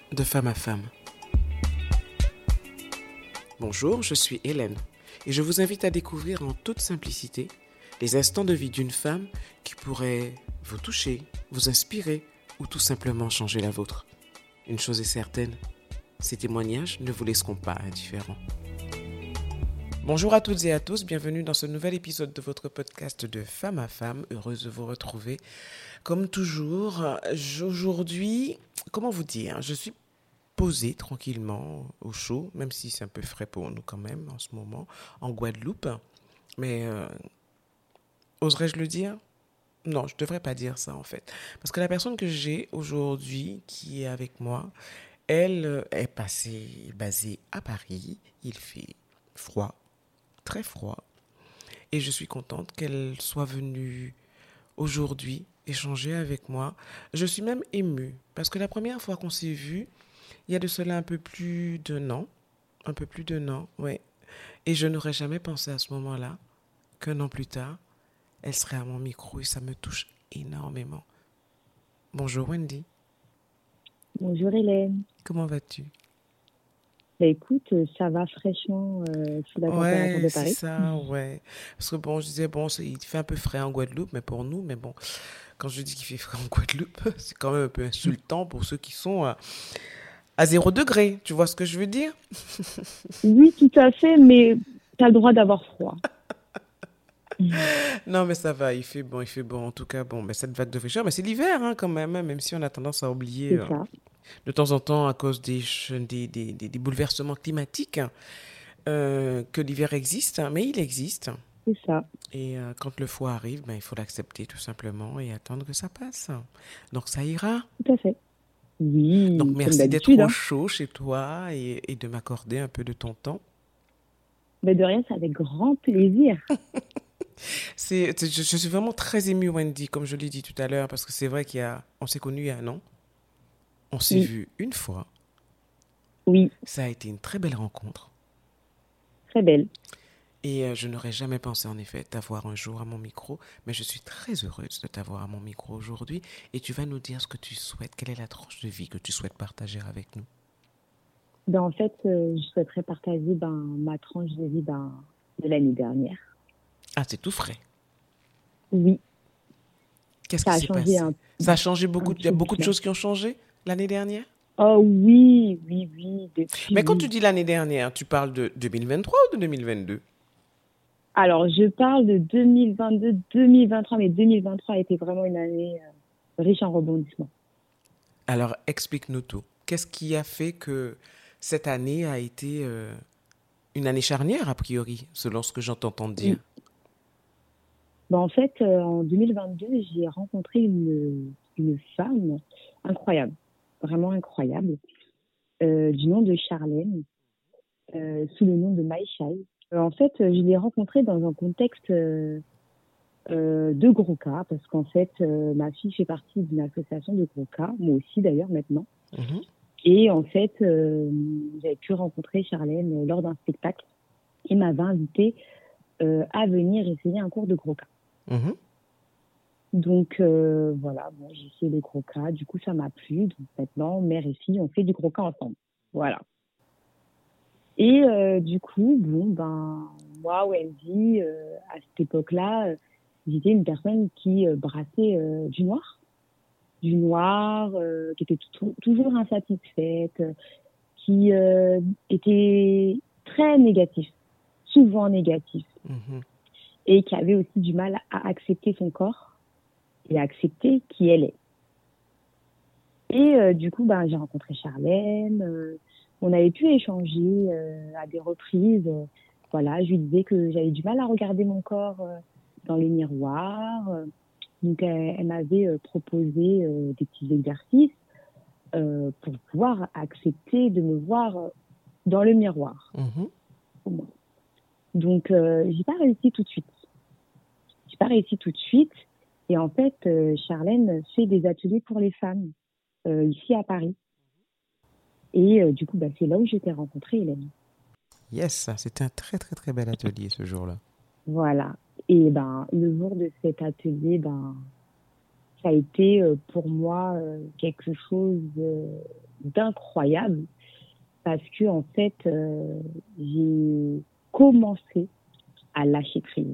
de femme à femme. Bonjour, je suis Hélène et je vous invite à découvrir en toute simplicité les instants de vie d'une femme qui pourraient vous toucher, vous inspirer ou tout simplement changer la vôtre. Une chose est certaine, ces témoignages ne vous laisseront pas indifférents. Bonjour à toutes et à tous, bienvenue dans ce nouvel épisode de votre podcast de femme à femme, heureuse de vous retrouver. Comme toujours, aujourd'hui, comment vous dire, je suis posée tranquillement au chaud, même si c'est un peu frais pour nous quand même en ce moment, en Guadeloupe. Mais oserais-je le dire? Non, je ne devrais pas dire ça en fait. Parce que la personne que j'ai aujourd'hui qui est avec moi, elle est basée à Paris. Il fait froid, très froid. Et je suis contente qu'elle soit venue aujourd'hui échanger avec moi. Je suis même émue parce que la première fois qu'on s'est vu, il y a de cela un peu plus d'un an, ouais. Et je n'aurais jamais pensé à ce moment-là qu'un an plus tard, elle serait à mon micro et ça me touche énormément. Bonjour Wendy, Bonjour Hélène. comment vas-tu? Bah écoute, ça va fraîchement sous la température Ouais, de c'est Paris. ça, ouais. Parce que bon, je disais, bon, il fait un peu frais en Guadeloupe, mais pour nous, mais bon, quand je dis qu'il fait frais en Guadeloupe, c'est quand même un peu insultant pour ceux qui sont à 0 degré. Tu vois ce que je veux dire? Oui, tout à fait, mais tu as le droit d'avoir froid. Non, mais ça va, il fait bon, il fait bon. En tout cas, bon, mais cette vague de fraîcheur, mais c'est l'hiver hein, quand même, hein, même si on a tendance à oublier C'est ça, de temps en temps à cause des bouleversements climatiques que l'hiver existe, hein, mais il existe. c'est ça, Et quand le froid arrive, ben, il faut l'accepter tout simplement et attendre que ça passe. Donc ça ira. tout à fait. Donc Oui, comme merci d'être d'habitude, au hein. chaud chez toi et de m'accorder un peu de ton temps. Mais de rien, c'est avec grand plaisir. Je suis vraiment très émue, Wendy, comme je l'ai dit tout à l'heure, parce que c'est vrai on s'est connus il y a un an. On s'est Oui, vu une fois. oui, Ça a été une très belle rencontre. très belle. Et je n'aurais jamais pensé en effet t'avoir un jour à mon micro, mais je suis très heureuse de t'avoir à mon micro aujourd'hui. Et tu vas nous dire ce que tu souhaites, quelle est la tranche de vie que tu souhaites partager avec nous. Ben, en fait, je souhaiterais partager ma tranche de vie de l'année dernière. Ah, c'est tout frais. Oui, Qu'est-ce ça qui a s'est changé passé? Ça a changé un il y a tout beaucoup de doucement. choses qui ont changé l'année dernière? Oh oui, oui, oui, depuis Mais quand tu oui. dis l'année dernière, tu parles de 2023 ou de 2022? Alors, je parle de 2022, 2023, mais 2023 a été vraiment une année riche en rebondissements. Alors, explique-nous tout. Qu'est-ce qui a fait que cette année a été une année charnière, a priori, selon ce que j'entends dire? Oui. En fait, en 2022, j'ai rencontré une femme incroyable, vraiment incroyable, du nom de Charlène, sous le nom de Maïchaï. En fait, je l'ai rencontrée dans un contexte de gros cas, parce qu'en fait, ma fille fait partie d'une association de gros cas, moi aussi d'ailleurs maintenant. Mhm, Et en fait, j'avais pu rencontrer Charlène lors d'un spectacle et m'avait invité à venir essayer un cours de gros cas. mhm. Donc voilà, bon, j'ai essayé les gros cas, du coup ça m'a plu. Donc maintenant, mère et fille, on fait du gros cas ensemble. Voilà. Et du coup, bon, moi, Wendy, à cette époque-là, j'étais une personne qui brassait du noir, qui était toujours insatisfaite, qui était très négatif, souvent négatif, Mhm. et qui avait aussi du mal à accepter son corps et à accepter qui elle est. Et du coup, j'ai rencontré Charlène, on avait pu échanger à des reprises. Voilà, je lui disais que j'avais du mal à regarder mon corps dans le miroir. Donc, elle m'avait proposé des petits exercices pour pouvoir accepter de me voir dans le miroir. Mhm. Donc, j'ai pas réussi tout de suite. J'ai pas réussi tout de suite. Et en fait, Charlène fait des ateliers pour les femmes ici à Paris. Et du coup, c'est là où je t'ai rencontrée, Hélène. Yes, c'était un très très très bel atelier ce jour-là. Voilà. Et le jour de cet atelier, ça a été pour moi quelque chose d'incroyable parce que en fait, j'ai commencé à lâcher prise.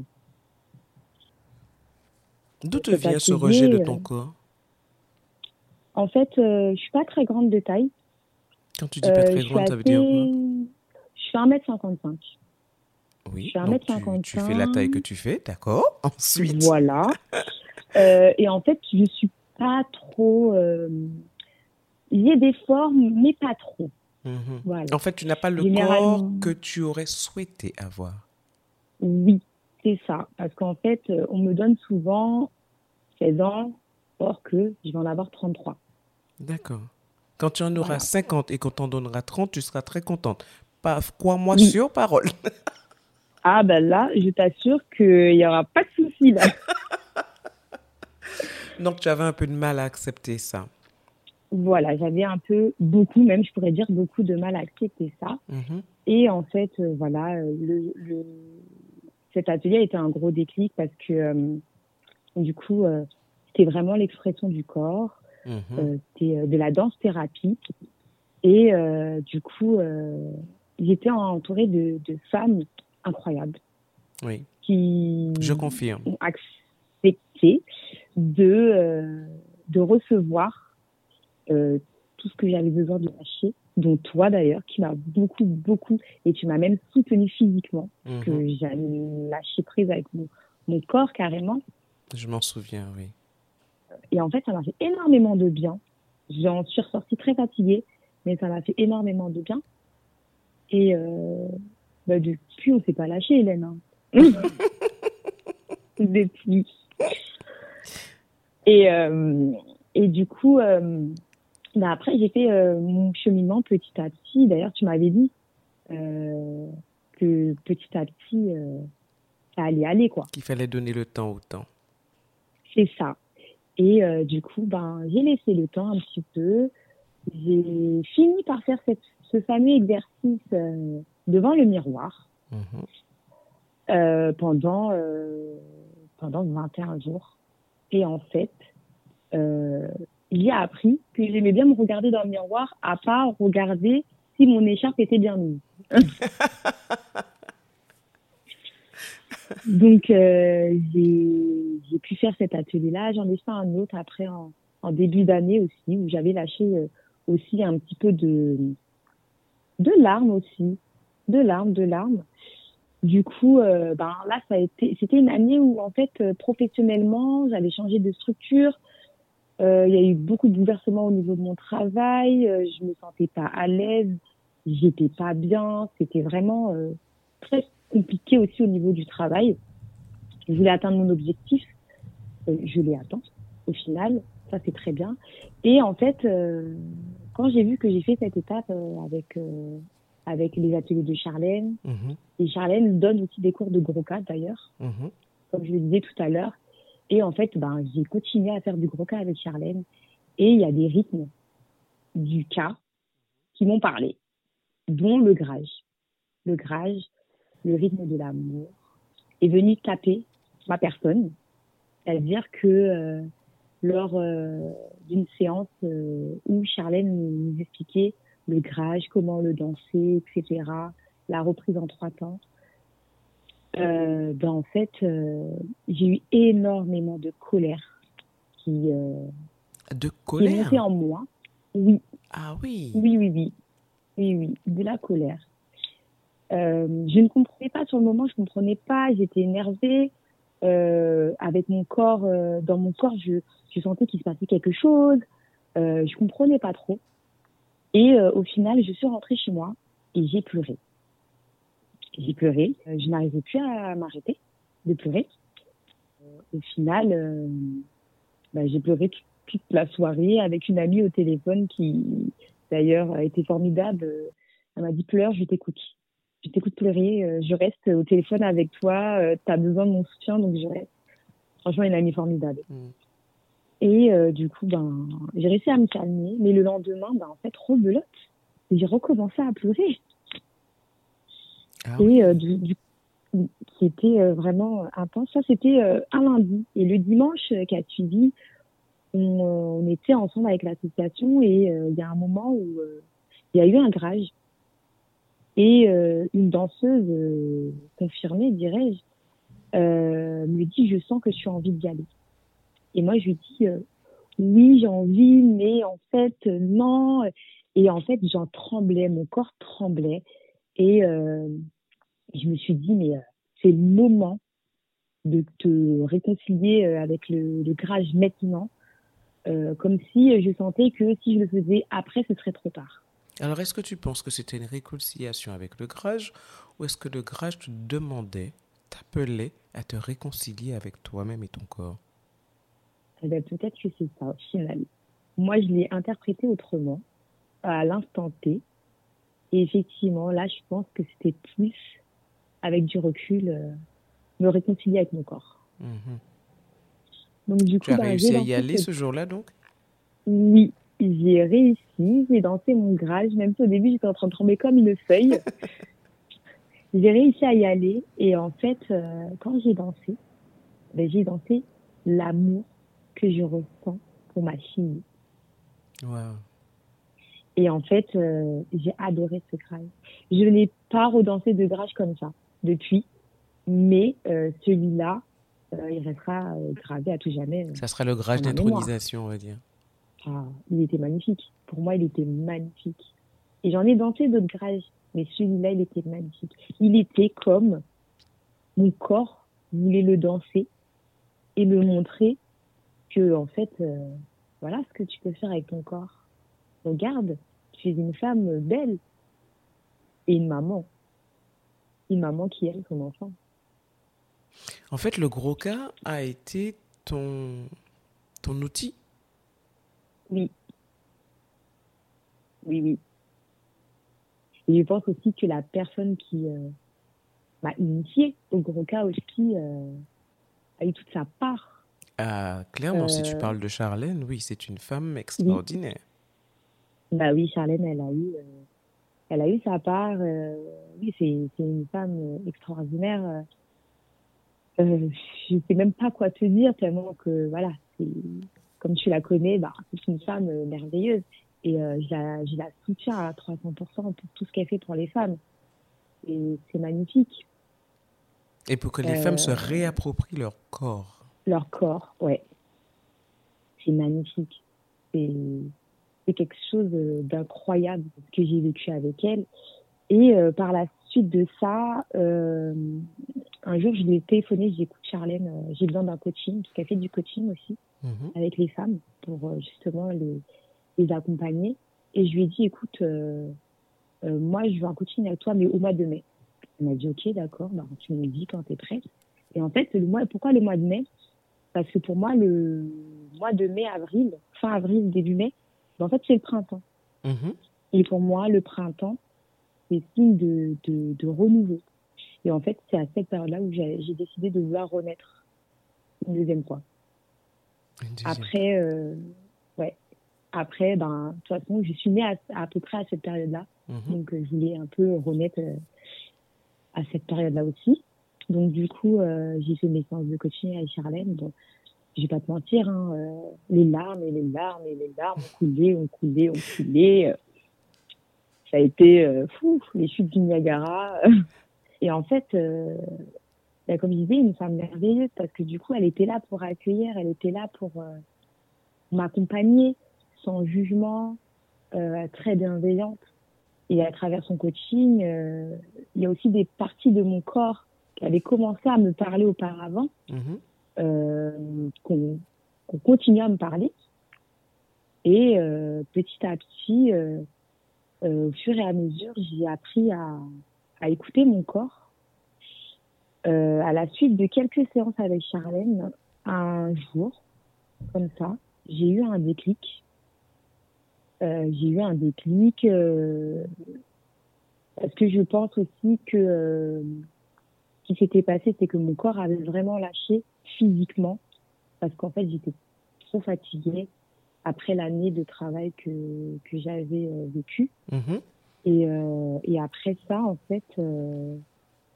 D'où te Cet vient ce rejet de atelier, ton corps? en fait, je suis pas très grande de taille. Quand tu dis pas Je très suis grande, ça veut dire quoi? je fais 1,55 m. Je Oui, fais donc tu fais la taille que 1,55 m. tu fais, d'accord. Ensuite, Voilà. Et en fait, je suis pas trop. J'ai des formes, mais pas trop. mhm. Voilà. En fait, tu n'as pas le corps Généralement, que tu aurais souhaité avoir. oui, c'est ça. Parce qu'en fait, on me donne souvent 16 ans, or que je vais en avoir 33. D'accord. Quand tu en auras Voilà. 50 et qu'on t'en donnera 30, tu seras très contente. Pas, crois-moi Oui. sur parole. Ah ben là, je t'assure qu'il n'y aura pas de souci là. Donc, tu avais un peu de mal à accepter ça. Voilà, j'avais un peu, beaucoup même, je pourrais dire beaucoup de mal à accepter ça. Mhm, Et en fait, voilà, cet atelier a été un gros déclic parce que du coup, c'était vraiment l'expression du corps, mhm. c'était de la danse-thérapie. Et du coup, j'étais entourée de femmes incroyables Oui, je qui confirme. ont accepté de, euh, de recevoir tout ce que j'avais besoin de lâcher, dont toi d'ailleurs, qui m'a beaucoup, beaucoup, et tu m'as même soutenue physiquement, parce Mhm. que j'allais lâcher prise avec mon corps carrément. Je m'en souviens, oui. Et en fait, ça m'a fait énormément de bien. J'en suis ressortie très fatiguée, mais ça m'a fait énormément de bien. Et bah, depuis, on s'est pas lâché, Hélène. Hein. Depuis. Et, euh, et du coup, bah après, j'ai fait mon cheminement petit à petit. D'ailleurs, tu m'avais dit euh, que petit à petit, ça allait aller, quoi. Qu'il fallait donner le temps au temps. C'est ça. Et du coup, ben, j'ai laissé le temps un petit peu. J'ai fini par faire ce fameux exercice devant le miroir Mhm. euh, pendant, euh, pendant 21 jours. Et en fait, euh, j'ai appris que j'aimais bien me regarder dans le miroir, à part regarder si mon écharpe était bien mise. Donc, j'ai pu faire cet atelier-là. J'en ai fait un autre après en début d'année aussi, où j'avais lâché aussi un petit peu de larmes aussi, de larmes. Du coup, ben là, c'était une année où en fait, professionnellement, j'avais changé de structure. Il y a eu beaucoup de bouleversements au niveau de mon travail. Je me sentais pas à l'aise, j'étais pas bien. C'était vraiment très compliqué aussi au niveau du travail. Je voulais atteindre mon objectif, je l'ai atteint au final. Ça c'est très bien. Et en fait, quand j'ai vu que j'ai fait cette étape avec les ateliers de Charlène, Mhm. et Charlène donne aussi des cours de gros cas d'ailleurs, Mhm. comme je le disais tout à l'heure. Et en fait, ben, j'ai continué à faire du gros cas avec Charlène. Et il y a des rythmes du cas qui m'ont parlé, dont le grage. Le grage, le rythme de l'amour, est venu taper ma personne. C'est-à-dire que lors d'une séance où Charlène nous expliquait le grage, comment le danser, etc., la reprise en 3 temps, ben en fait, j'ai eu énormément de colère qui, euh, De qui est montée colère? en moi. Oui, Ah oui. oui, oui, oui, oui, oui, de la colère. Je ne comprenais pas sur le moment, je comprenais pas, j'étais énervée. Avec mon corps, dans mon corps, je sentais qu'il se passait quelque chose. Je comprenais pas trop. Et au final, je suis rentrée chez moi et j'ai pleuré. J'ai pleuré. Je n'arrivais plus à m'arrêter de pleurer. Au final, bah, j'ai pleuré toute la soirée avec une amie au téléphone qui, d'ailleurs, a été formidable. Elle m'a dit pleure, je t'écoute. Je t'écoute pleurer, je reste au téléphone avec toi, tu as besoin de mon soutien, donc je reste. Franchement, une amie formidable. Mm. Et du coup, ben, j'ai réussi à me calmer, mais le lendemain, ben, en fait, rebelote. Et j'ai recommencé à pleurer. Ah Et oui. c'était vraiment intense. Ça, c'était un lundi. Et le dimanche qui a suivi, on était ensemble avec l'association et il y a un moment où il y a eu un grage et une danseuse confirmée, dirais-je, me dit je sens que tu as envie d'y aller. Et moi je lui dis oui j'ai envie mais en fait non. Et en fait j'en tremblais, mon corps tremblait et je me suis dit mais c'est le moment de te réconcilier avec le grage maintenant, comme si je sentais que si je le faisais après ce serait trop tard. Alors, est-ce que tu penses que c'était une réconciliation avec le grage ou est-ce que le grage te demandait, t'appelait à te réconcilier avec toi-même et ton corps? Eh ben, peut-être que c'est ça, finalement. Moi, je l'ai interprété autrement, à l'instant T. Et effectivement, là, je pense que c'était plus, avec du recul, me réconcilier avec mon corps. Mhm. Donc, du Tu coup, as ben, j'ai réussi à y dansé aller ce... ce jour-là donc? Oui, j'ai réussi, j'ai dansé mon grage, même si au début, j'étais en train de trembler comme une feuille. J'ai réussi à y aller. Et en fait, quand ben, j'ai dansé l'amour que je ressens pour ma fille. Wow. Et en fait, j'ai adoré ce grage. Je n'ai pas redansé de grage comme ça depuis, mais celui-là, il restera gravé à tout jamais Ça sera le grage dans ma mémoire. d'intronisation, on va dire. Ah, il était magnifique. Pour moi, il était magnifique. Et j'en ai dansé d'autres grages, mais celui-là, il était magnifique. Il était comme mon corps voulait le danser et me montrer que, en fait, voilà ce que tu peux faire avec ton corps. Regarde, tu es une femme belle et une maman. Une maman qui aime son enfant. En fait, le gros cas a été ton outil. Oui, oui, oui. Et je pense aussi que la personne qui m'a initiée au gros cas aussi a eu toute sa part. Ah, clairement, si tu Euh, parles de Charlène, oui, c'est une femme oui, extraordinaire. bah oui, Charlène, elle a eu sa part. Oui, c'est une femme extraordinaire. Je sais même pas quoi te dire tellement que voilà, c'est comme tu la connais, bah c'est une femme merveilleuse et je la soutiens à 300% pour tout ce qu'elle fait pour les femmes. Et c'est magnifique. Et pour que les femmes se Euh, réapproprient leur corps. Leur corps, ouais, c'est magnifique. C'est c'est quelque chose d'incroyable que j'ai vécu avec elle. Et par la suite de ça, un jour, je lui ai téléphoné, j'ai dit, écoute, Charlène, j'ai besoin d'un coaching, parce qu'elle fait du coaching aussi Mhm. avec les femmes pour justement les accompagner. Et je lui ai dit, écoute, moi, je veux un coaching avec toi, mais au mois de mai. Elle m'a dit, ok, d'accord, bah, tu me dis quand tu es prête. Et en fait, pourquoi le mois de mai? Parce que pour moi, le mois de mai, avril, fin avril, début mai, ben, en fait, c'est le printemps. Mhm. Et pour moi, le printemps, c'est signe de renouveau. Et en fait, c'est à cette période-là où j'ai décidé de vouloir renaître une deuxième fois. Une deuxième fois. Après, ouais. Après, ben, de toute façon, je suis née à peu près à cette période-là. Mhm. Donc, je voulais un peu renaître à cette période-là aussi. Donc, du coup, j'ai fait mes séances de coaching avec Charlène. Bon, je vais pas te mentir, hein, les larmes et les larmes et les larmes ont coulé, ont coulé, ont coulé. Ça a été fou, les chutes du Niagara. Et en fait, bah, comme je disais, une femme merveilleuse parce que du coup, elle était là pour accueillir, elle était là pour m'accompagner sans jugement, très bienveillante. Et à travers son coaching, il y a aussi des parties de mon corps qui avaient commencé à me parler auparavant, Mhm. qu'on continue à me parler. Et petit à petit, au fur et à mesure, j'ai appris à écouter mon corps. À la suite de quelques séances avec Charlène, un jour, comme ça, j'ai eu un déclic. J'ai eu un déclic parce que je pense aussi que ce qui s'était passé, c'est que mon corps avait vraiment lâché physiquement parce qu'en fait, j'étais trop fatiguée après l'année de travail que j'avais vécu. Mhm. Et après ça,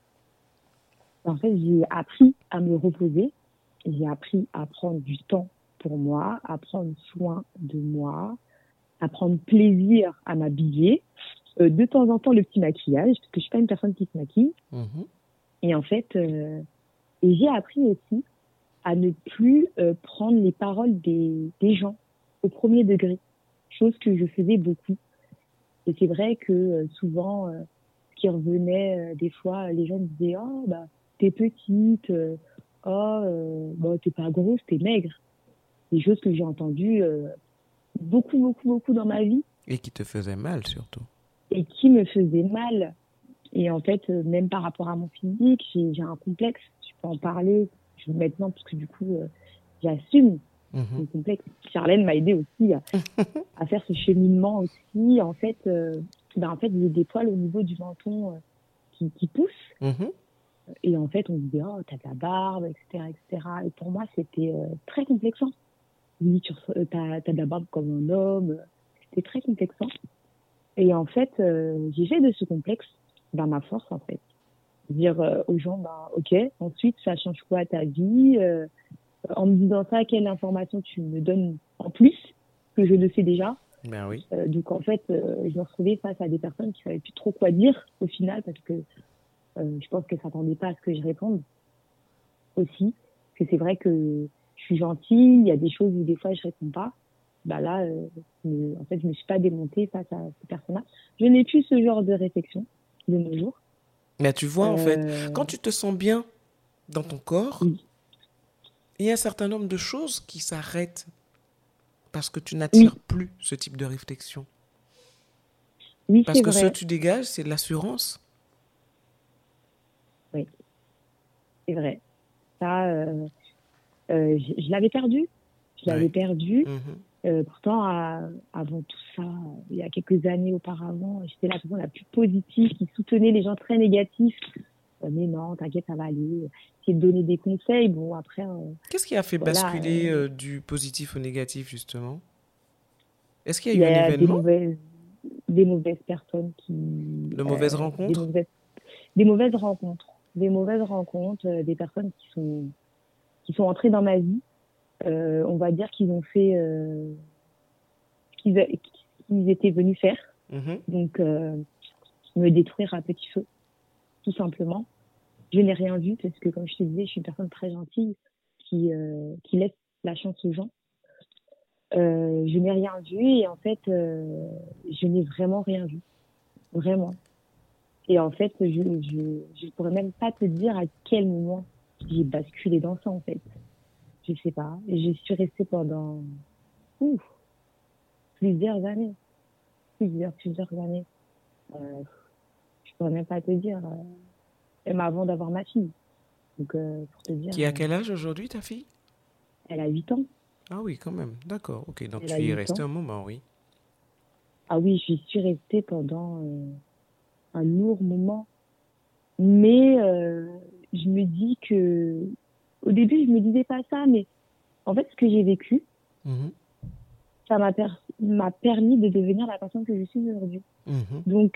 en fait, j'ai appris à me reposer. J'ai appris à prendre du temps pour moi, à prendre soin de moi, à prendre plaisir à m'habiller. De temps en temps, le petit maquillage, parce que je suis pas une personne qui se maquille. Mhm. Et en fait, et j'ai appris aussi à ne plus prendre les paroles des gens au premier degré, chose que je faisais beaucoup. Et c'est vrai que souvent, ce qui revenait, des fois, les gens me disaient «Oh, bah, t'es petite, bah, t'es pas grosse, t'es maigre». Des choses que j'ai entendues beaucoup, beaucoup, beaucoup dans ma vie Et qui te faisait mal surtout. et qui me faisaient mal. Et en fait, même par rapport à mon physique, j'ai un complexe. Je peux en parler maintenant parce que du coup, j'assume Mhm. le complexe. Charlène m'a aidé aussi à faire ce cheminement aussi. En fait, en fait, j'ai des poils au niveau du menton qui poussent. Mhm. Et en fait, on me dit, oh, t'as de la barbe, etc., etc. Et pour moi, c'était très complexant. Oui, t'as de la barbe comme un homme. C'était très complexant. Et en fait, j'ai fait de ce complexe ma force, en fait. Dire aux gens, ok, ensuite, ça change quoi à ta vie en me disant ça, quelle information tu me donnes en plus que je le sais déjà. Ben oui. Donc, en fait, je me retrouvais face à des personnes qui ne savaient plus trop quoi dire au final parce que je pense qu'elles ne s'attendaient pas à ce que je réponde aussi. Parce que c'est vrai que je suis gentille, il y a des choses où des fois je ne réponds pas. Bah là, en fait, je ne me suis pas démontée face à ces personnes-là. Je n'ai plus ce genre de réflexion de nos jours. Mais tu vois, en fait, quand tu te sens bien dans ton corps, Oui, il y a un certain nombre de choses qui s'arrêtent parce que tu oui, n'attires plus ce type de réflexion. oui, Parce c'est que ce que vrai. tu dégages, c'est de l'assurance. Oui, c'est vrai. Ça, je l'avais perdu. Je l'avais Oui. perdu. Mhm. Pourtant, avant tout ça, il y a quelques années auparavant, j'étais la personne la plus positive qui soutenait les gens très négatifs. Mais non, t'inquiète, ça va aller. Essayer de donner des conseils. Bon, après, Qu'est-ce qui a fait voilà, basculer du positif au négatif, justement? Est-ce qu'il y a il eu y un a événement? des mauvaises personnes De mauvaises rencontres? des mauvaises rencontres, des personnes qui sont entrées dans ma vie. On va dire qu'ils ont fait ce qu'ils étaient venus faire. Mhm. Donc, me détruire à petit feu, tout simplement. Je n'ai rien vu parce que, comme je te disais, je suis une personne très gentille qui laisse la chance aux gens. Je n'ai rien vu et en fait, je n'ai vraiment rien vu. Vraiment. Et en fait, je pourrais même pas te dire à quel moment j'ai basculé dans ça, en fait. Je sais pas. Et je suis restée pendant ouf, plusieurs années. Plusieurs années. Euh, je pourrais même pas te dire. Même avant d'avoir ma fille. Donc, pour te dire, Qui a quel âge aujourd'hui, ta fille? elle a 8 ans. Ah oui, quand même. D'accord. Ok, donc Elle a tu y es 8 resté ans. un moment, oui. Ah oui, j'y suis restée pendant un lourd moment. Mais je me dis que, au début, je me disais pas ça, mais en fait, ce que j'ai vécu, Mhm. ça m'a permis de devenir la personne que je suis aujourd'hui. Mhm. Donc,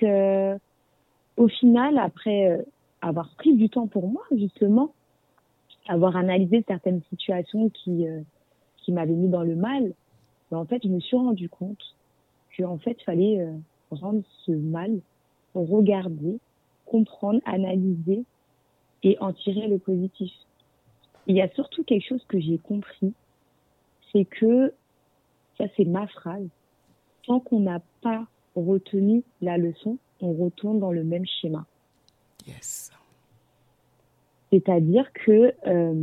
au final, après avoir pris du temps pour moi, justement, avoir analysé certaines situations qui m'avaient mis dans le mal, ben, en fait, je me suis rendu compte qu'en fait, il fallait rendre ce mal, regarder, comprendre, analyser et en tirer le positif. Il y a surtout quelque chose que j'ai compris, c'est que, ça c'est ma phrase, tant qu'on n'a pas retenu la leçon, on retourne dans le même schéma. Yes. C'est-à-dire que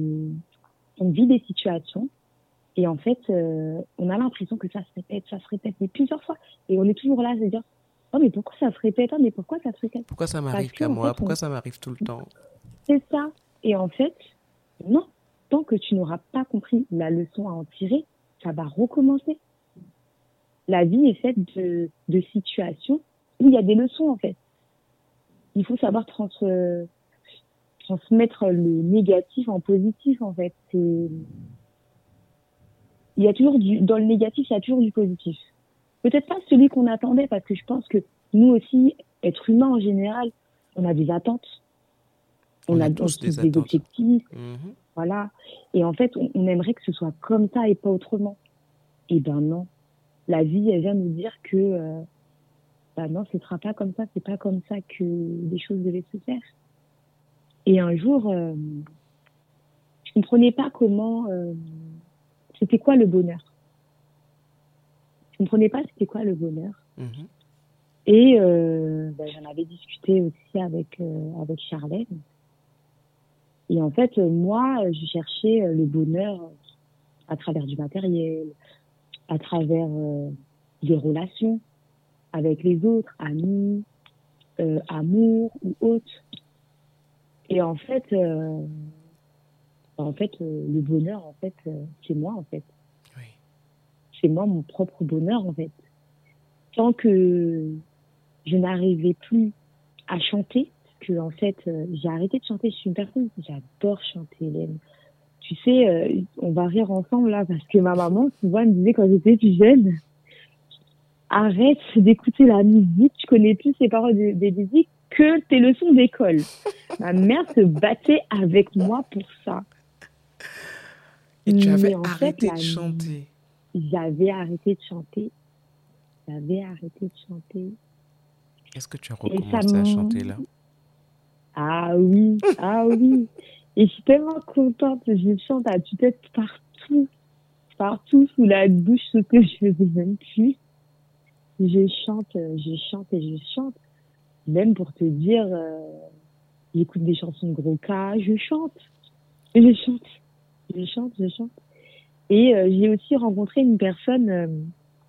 on vit des situations et en fait, on a l'impression que ça se répète, mais plusieurs fois. Et on est toujours là à se dire, oh mais pourquoi ça se répète? Oh mais pourquoi ça se répète? Pourquoi ça Parce m'arrive que qu'à en moi? fait, Pourquoi ça m'arrive tout le temps? c'est ça. Et en fait, non. Tant que tu n'auras pas compris la leçon à en tirer, ça va recommencer. La vie est faite de situations où il y a des leçons, en fait. Il faut savoir transmettre le négatif en positif, en fait. Il y a toujours dans le négatif, il y a toujours du positif. Peut-être pas celui qu'on attendait, parce que je pense que nous aussi, êtres humains en général, on a des attentes, On a on tous se fixe des des attentes. objectifs, Mhm. Voilà. Et en fait, on aimerait que ce soit comme ça et pas autrement. Et ben non. La vie, elle vient nous dire que bah non, ce sera pas comme ça, c'est pas comme ça que les choses devaient se faire. Et un jour, je comprenais pas comment, c'était quoi le bonheur. Je comprenais pas c'était quoi le bonheur. Mhm. Et bah, j'en avais discuté aussi avec Charlène. Et en fait, moi, je cherchais le bonheur à travers du matériel, à travers des relations avec les autres, amis, amour ou autre. Et le bonheur, en fait, c'est moi, en fait. Oui. C'est moi, mon propre bonheur, en fait. Tant que je n'arrivais plus à chanter, parce que, en fait, j'ai arrêté de chanter. Je suis une personne qui j'adore chanter, Hélène. Tu sais, on va rire ensemble, là, parce que ma maman, souvent, elle me disait quand j'étais plus jeune, arrête d'écouter la musique, tu connais plus les paroles des musiques que tes leçons d'école. Ma mère se battait avec moi pour ça. Et tu avais Mais en fait, arrêté de chanter. j'avais arrêté de chanter. J'avais arrêté de chanter. Est-ce que tu as Et ça recommencé à chanter là? Ah oui, ah oui. Et je suis tellement contente. Je chante à tue-tête partout. Partout sous la douche, ce que je faisais même plus. Je chante et je chante. Même pour te dire, j'écoute des chansons de Gros K, je chante. Et je chante. Je chante, je chante. Et j'ai aussi rencontré une personne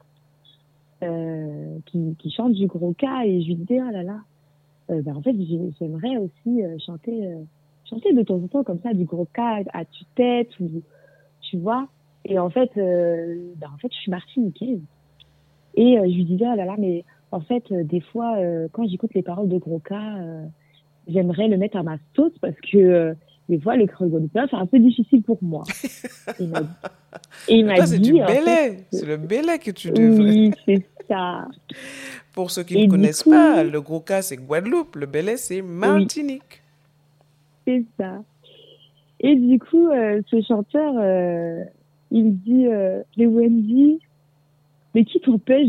qui chante du Gros K et je lui disais, oh là là, en fait, j'aimerais aussi chanter de temps en temps comme ça, du Gros K à tue-tête, ou, tu vois. Et en fait, je suis martiniquaise. Et je lui disais, oh là là, mais en fait, des fois, quand j'écoute les paroles de Gros K, j'aimerais le mettre à ma sauce parce que des fois, le créole guadeloupéen, c'est un peu difficile pour moi. Et il Mais m'a toi, c'est du dit, en fait, belay. C'est le belay que tu devrais. oui, c'est ça. Pour ceux qui ne Et du connaissent pas, coup, le gros cas, c'est Guadeloupe. Le belay, c'est oui, Martinique. c'est ça. Et du coup, ce chanteur, il me dit, mais Wendy, mais qui t'empêche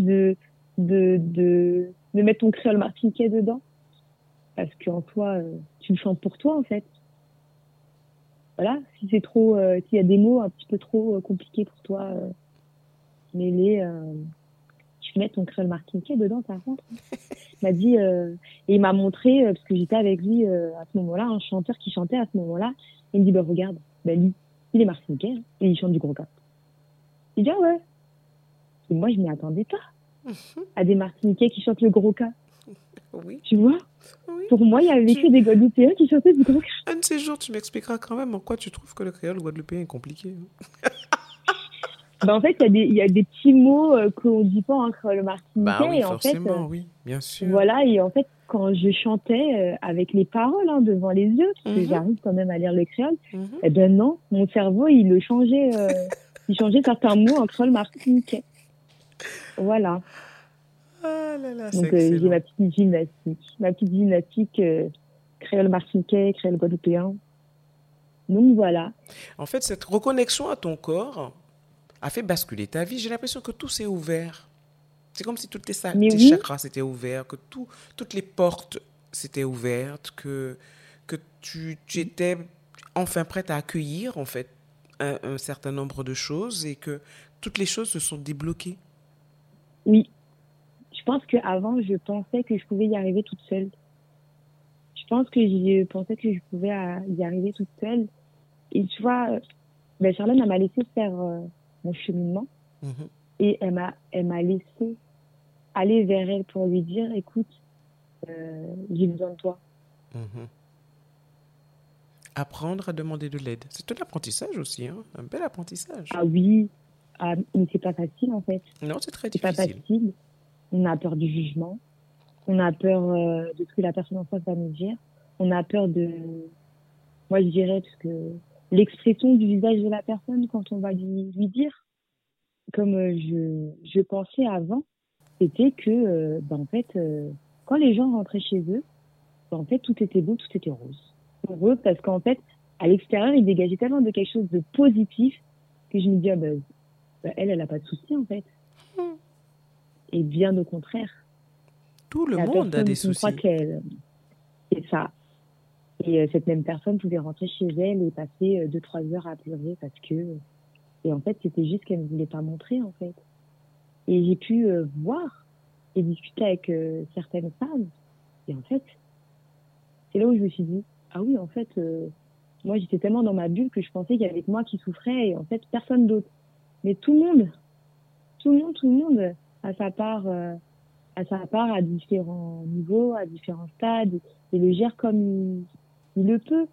de mettre ton créole martiniquais dedans? Parce qu'en toi, tu le chantes pour toi, en fait. Voilà, si c'est trop, s'il y a des mots un petit peu trop compliqués pour toi, mêlés, tu mets ton créole martiniquais dedans, ça rentre. Il m'a dit, et il m'a montré, parce que j'étais avec lui à ce moment-là, un chanteur qui chantait à ce moment-là. Il me dit, bah regarde, bah lui, il est martiniquais hein, et il chante du gros cas. Il dit, ah ouais. Et moi, je m'y attendais pas à des martiniquais qui chantent le gros cas. Oui, Tu vois? oui. Pour moi, il y avait que des Guadeloupéens qui chantaient du gros cas. Un de ces jours, tu m'expliqueras quand même en quoi tu trouves que le créole guadeloupéen est compliqué. Ben, en fait, il y a des petits mots qu'on dit pas en créole Bah martiniquais. oui, Et en fait, forcément, oui, bien sûr. voilà. Et en fait, quand je chantais avec les paroles hein, devant les yeux, parce que Mhm, j'arrive quand même à lire le créole, mhm. eh ben non, mon cerveau, il changeait certains mots en créole martiniquais. Voilà. Ah là là, c'est Donc, j'ai excellent. ma petite gymnastique créole martiniquais, créole guadeloupéen. Donc voilà. En fait, cette reconnexion à ton corps a fait basculer ta vie. J'ai l'impression que tout s'est ouvert. C'est comme si tous Mais tes oui, chakras s'étaient ouverts, que toutes les portes s'étaient ouvertes, que tu étais enfin prête à accueillir en fait un certain nombre de choses et que toutes les choses se sont débloquées. oui. Je pense qu'avant, je pensais que je pouvais y arriver toute seule. Je pense que je pensais que je pouvais y arriver toute seule. Et tu vois, ben Charlotte, elle m'a laissé faire mon cheminement Mhm, et elle m'a laissé aller vers elle pour lui dire, écoute, j'ai besoin de toi. mhm. Apprendre à demander de l'aide. C'est un apprentissage aussi, hein, un bel apprentissage. Ah oui, ah, mais c'est pas facile en fait. Non, c'est très C'est pas difficile. facile. On a peur du jugement. On a peur de ce que la personne en face va nous dire. On a peur moi je dirais, parce que l'expression du visage de la personne quand on va lui dire, comme je pensais avant, c'était que, en fait, quand les gens rentraient chez eux, en fait, tout était beau, tout était rose. Pour eux, parce qu'en fait, à l'extérieur, il dégageait tellement de quelque chose de positif que je me dis, elle a pas de souci, en fait. Et bien au contraire. Tout le La monde a des personne qu'on croit soucis. qu'elle... C'est ça. Et cette même personne pouvait rentrer chez elle et passer 2-3 heures à pleurer parce que... Et en fait, c'était juste qu'elle ne voulait pas montrer, en fait. Et j'ai pu voir et discuter avec certaines femmes. Et en fait, c'est là où je me suis dit, ah oui, en fait, moi, j'étais tellement dans ma bulle que je pensais qu'il y avait que moi qui souffrais et en fait, personne d'autre. Mais tout le monde a sa part à différents niveaux, à différents stades et le gère comme il le peut.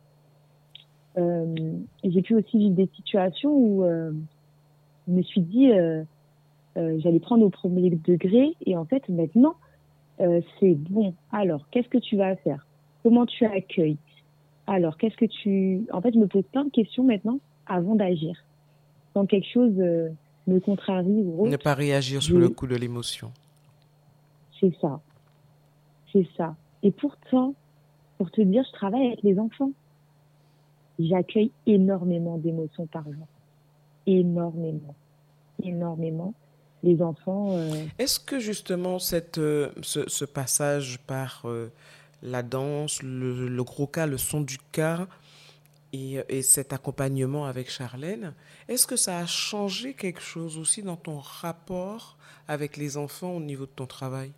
Et j'ai pu aussi vivre des situations où je me suis dit, j'allais prendre au premier degré et en fait, maintenant, c'est bon. Alors, qu'est-ce que tu vas faire? Comment tu accueilles? Alors, qu'est-ce que tu... En fait, je me pose plein de questions maintenant avant d'agir. Quand quelque chose me contrarie ou Ne autre, pas réagir sous le je... coup de l'émotion. c'est ça, c'est ça. Et pourtant, pour te dire, je travaille avec les enfants. J'accueille énormément d'émotions par jour. Énormément, énormément. Les enfants, Est-ce que justement ce passage par la danse, le gros cas, le son du cas et cet accompagnement avec Charlène, est-ce que ça a changé quelque chose aussi dans ton rapport avec les enfants au niveau de ton travail?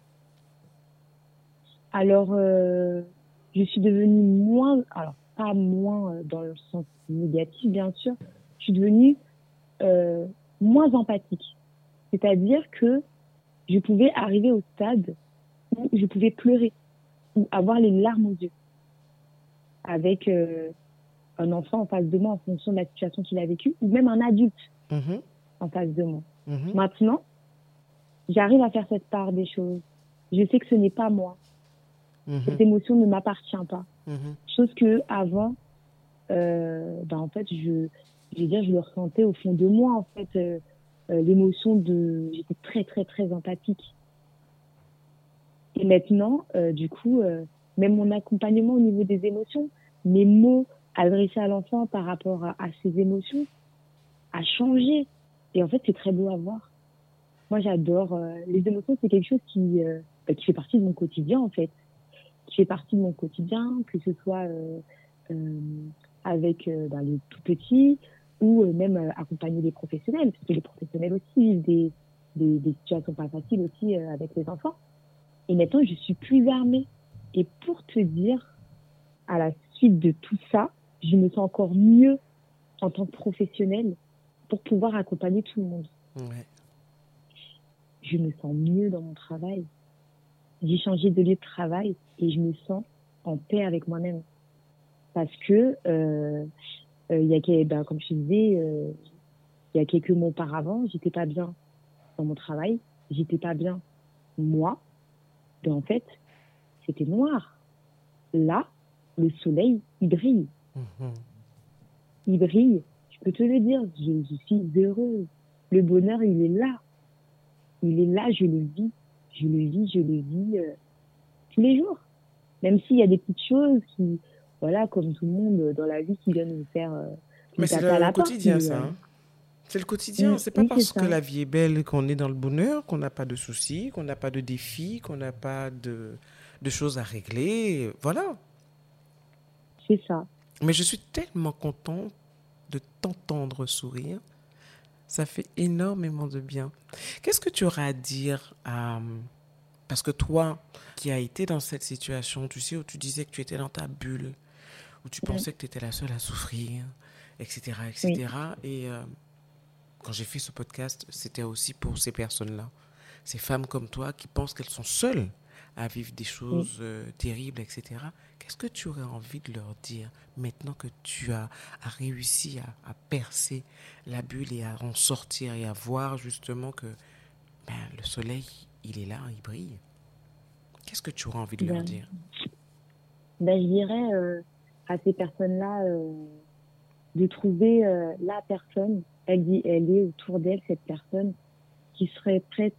alors, je suis devenue moins, alors pas moins dans le sens négatif, bien sûr, je suis devenue euh, moins empathique. C'est-à-dire que je pouvais arriver au stade où je pouvais pleurer ou avoir les larmes aux yeux avec un enfant en face de moi en fonction de la situation qu'il a vécue, ou même un adulte Mhm, en face de moi. mhm, Maintenant, j'arrive à faire cette part des choses. Je sais que ce n'est pas moi. Cette mhm, émotion ne m'appartient pas. mhm. Chose que avant, en fait, je vais dire, je le ressentais au fond de moi. En fait, l'émotion de, j'étais très très très empathique. Et maintenant, du coup, même mon accompagnement au niveau des émotions, mes mots adressés à l'enfant par rapport à ses émotions a changé. Et en fait, c'est très beau à voir. Moi, j'adore. Les émotions, c'est quelque chose qui fait partie de mon quotidien, en fait. Qui fait partie de mon quotidien, que ce soit euh, avec les tout petits ou même accompagner les professionnels, parce que les professionnels aussi vivent des situations pas faciles aussi avec les enfants. Et maintenant, je suis plus armée. Et pour te dire, à la suite de tout ça, je me sens encore mieux en tant que professionnelle pour pouvoir accompagner tout le monde. Ouais. Je me sens mieux dans mon travail. J'ai changé de lieu de travail et je me sens en paix avec moi-même. Parce que, il y a, comme je te disais, il y a quelques mois auparavant, j'étais pas bien dans mon travail. J'étais pas bien moi. Et en fait, c'était noir. Là, le soleil, il brille. Mhm. Il brille. Je peux te le dire, je suis heureuse. Le bonheur, il est là. Il est là, je le vis. Je le vis tous les jours. Même s'il y a des petites choses qui, voilà, comme tout le monde dans la vie, qui viennent nous faire Mais nous c'est taper à le la porte. quotidien, ça, hein. C'est le quotidien. C'est pas Oui, c'est parce que ça. la vie est belle qu'on est dans le bonheur, qu'on n'a pas de soucis, qu'on n'a pas de défis, qu'on n'a pas de choses à régler. Voilà. C'est ça. Mais je suis tellement contente de t'entendre sourire. Ça fait énormément de bien. Qu'est-ce que tu auras à dire à... Parce que toi, qui as été dans cette situation, tu sais, où tu disais que tu étais dans ta bulle, où tu Mm. pensais que tu étais la seule à souffrir, etc., Oui. etc. Et quand j'ai fait ce podcast, c'était aussi pour ces personnes-là. Ces femmes comme toi qui pensent qu'elles sont seules à vivre des Mm. choses terribles, etc. Qu'est-ce que tu aurais envie de leur dire maintenant que tu as réussi à percer la bulle et à en sortir et à voir justement que ben, le soleil, il est là, il brille. Qu'est-ce que tu aurais envie de leur Ben, dire? je dirais à ces personnes-là de trouver la personne. Elle est autour d'elle, cette personne qui serait prête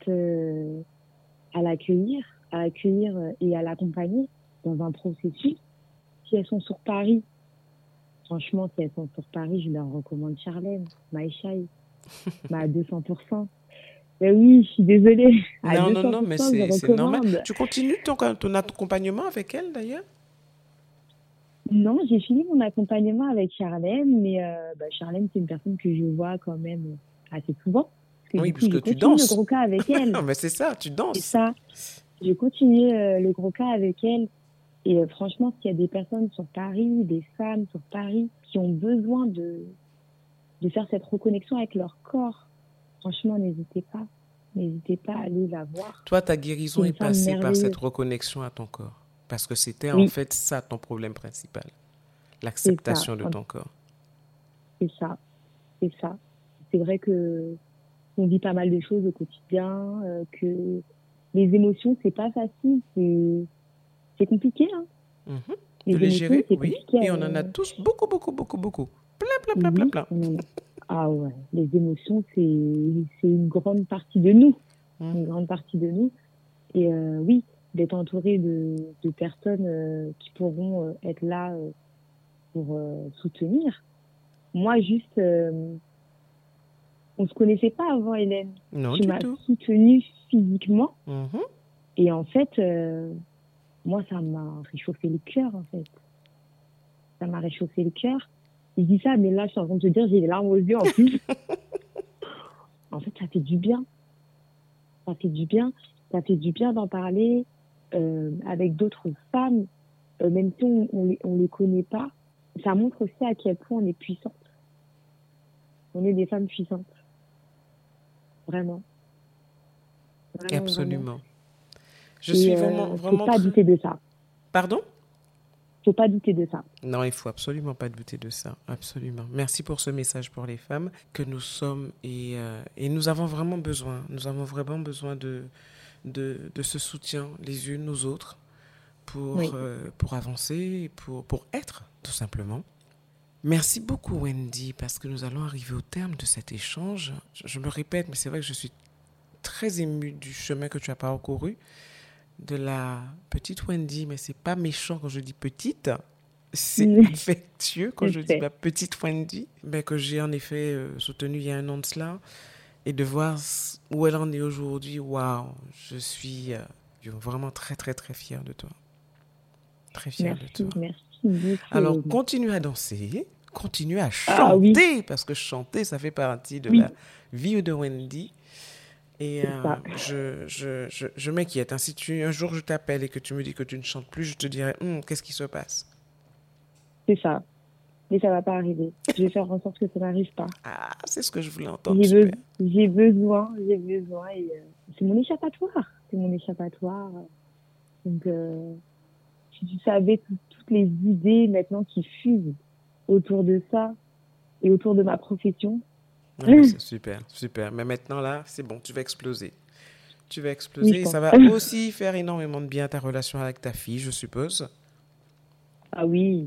à accueillir et à l'accompagner dans un processus. Si elles sont sur Paris, franchement, si elles sont sur Paris, je leur recommande Charlène, Maïchaï, à 200%. Ben oui, je suis désolée. À Non, 200%, mais je c'est normal. recommande. Tu continues ton accompagnement avec elle, d'ailleurs? Non, j'ai fini mon accompagnement avec Charlène, mais Charlène, c'est une personne que je vois quand même assez souvent. Parce que Oui, du coup, je puisque tu continue le danses. gros cas avec elle. Mais c'est ça, tu C'est danses. ça. J'ai continué le gros cas avec elle. Et franchement, s'il y a des personnes sur Paris, des femmes sur Paris, qui ont besoin de faire cette reconnexion avec leur corps, franchement, n'hésitez pas. N'hésitez pas à aller la voir. Toi, ta C'est guérison une est femme passée par merveilleuse. cette reconnexion à ton corps. Parce que c'était en Oui, fait ça ton problème principal. c'est ça. L'acceptation de ton corps. C'est ça. C'est ça. C'est vrai que on vit pas mal de choses au quotidien, que les émotions, c'est pas facile. C'est compliqué, hein. Mhm. Les De les émotions, gérer, c'est oui. compliqué. Et on en a tous beaucoup, beaucoup, beaucoup, beaucoup. Oui, Plein. on en a. Ah ouais, les émotions, c'est une grande partie de nous. Mhm. Une grande partie de nous. Et oui, d'être entouré de personnes qui pourront être là pour soutenir. Moi, juste, on se connaissait pas avant, Hélène. Non, Tu du m'as tout. soutenue physiquement. Mhm. Et en fait, moi, ça m'a réchauffé le cœur, en fait. Ça m'a réchauffé le cœur. Je dis ça, mais là, je suis en train de te dire, j'ai les larmes aux yeux en plus. En fait, ça fait du bien. Ça fait du bien. Ça fait du bien d'en parler avec d'autres femmes, même si on les connaît pas. Ça montre aussi à quel point on est puissante. On est des femmes puissantes. Vraiment. Vraiment, Absolument. vraiment. Je Et suis vraiment, faut vraiment pas très... douter de ça. Pardon? Faut pas douter de ça. Non, il faut absolument pas douter de ça. Absolument. Merci pour ce message pour les femmes que nous sommes et nous avons vraiment besoin. Nous avons vraiment besoin de ce soutien les unes aux autres Oui. pour avancer, pour être, tout simplement. Merci beaucoup, Wendy, parce que nous allons arriver au terme de cet échange. Je me répète, mais c'est vrai que je suis très émue du chemin que tu as parcouru, de la petite Wendy, mais c'est pas méchant quand je dis petite, c'est affectueux quand je dis ma petite Wendy, mais que j'ai en effet soutenue il y a un an de cela, et de voir où elle en est aujourd'hui, waouh, je suis vraiment très, très, très fière de toi. Très fière de toi. Merci beaucoup. Alors, continue à danser, continue à chanter, oui. Parce que chanter, ça fait partie de la vie de Wendy. Et je m'inquiète. Hein. Si un jour je t'appelle et que tu me dis que tu ne chantes plus, je te dirai, qu'est-ce qui se passe? C'est ça. Mais ça ne va pas arriver. Je vais faire en sorte que ça n'arrive pas. Ah, c'est ce que je voulais entendre. J'ai besoin. Et c'est mon échappatoire. Donc, si tu savais toutes les idées maintenant qui fusent autour de ça et autour de ma profession. C'est super, super. Mais maintenant, là, c'est bon, tu vas exploser. Oui, et ça va aussi faire énormément de bien à ta relation avec ta fille, je suppose. Ah oui.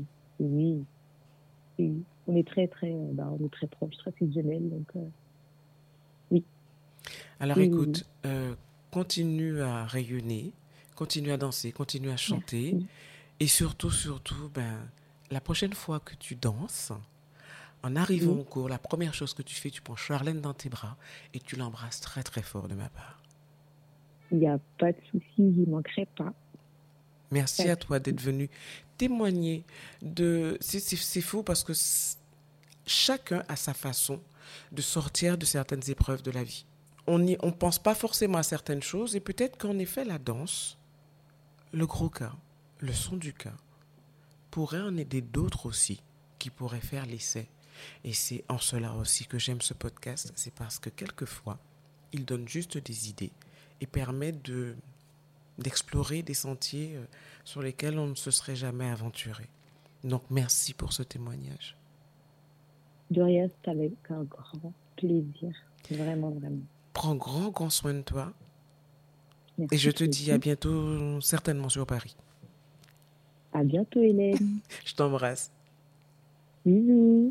On est très, très, on est très proches, très fusionnels, donc oui. Alors écoute, continue à rayonner, continue à danser, continue à chanter. Merci. Et surtout, la prochaine fois que tu danses, en arrivant au cours, la première chose que tu fais, tu prends Charlène dans tes bras et tu l'embrasses très très fort de ma part. Il n'y a pas de souci, j'y manquerai pas. Merci à toi d'être venu témoigner de... C'est fou parce que chacun a sa façon de sortir de certaines épreuves de la vie. On ne pense pas forcément à certaines choses et peut-être qu'en effet la danse, le gros cas, le son du cas, pourrait en aider d'autres aussi qui pourraient faire l'essai. Et c'est en cela aussi que j'aime ce podcast, c'est parce que quelquefois, il donne juste des idées et permet d'explorer des sentiers sur lesquels on ne se serait jamais aventuré. Donc, merci pour ce témoignage. De rien, c'est avec un grand plaisir. Vraiment, vraiment. Prends grand soin de toi. Merci. Et je te dis à bientôt, certainement sur Paris. À bientôt, Hélène. Je t'embrasse. Bisous.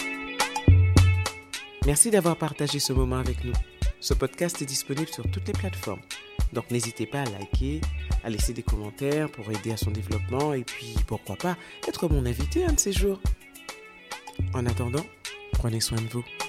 Merci d'avoir partagé ce moment avec nous. Ce podcast est disponible sur toutes les plateformes. Donc n'hésitez pas à liker, à laisser des commentaires pour aider à son développement et puis pourquoi pas être mon invité un de ces jours. En attendant, prenez soin de vous.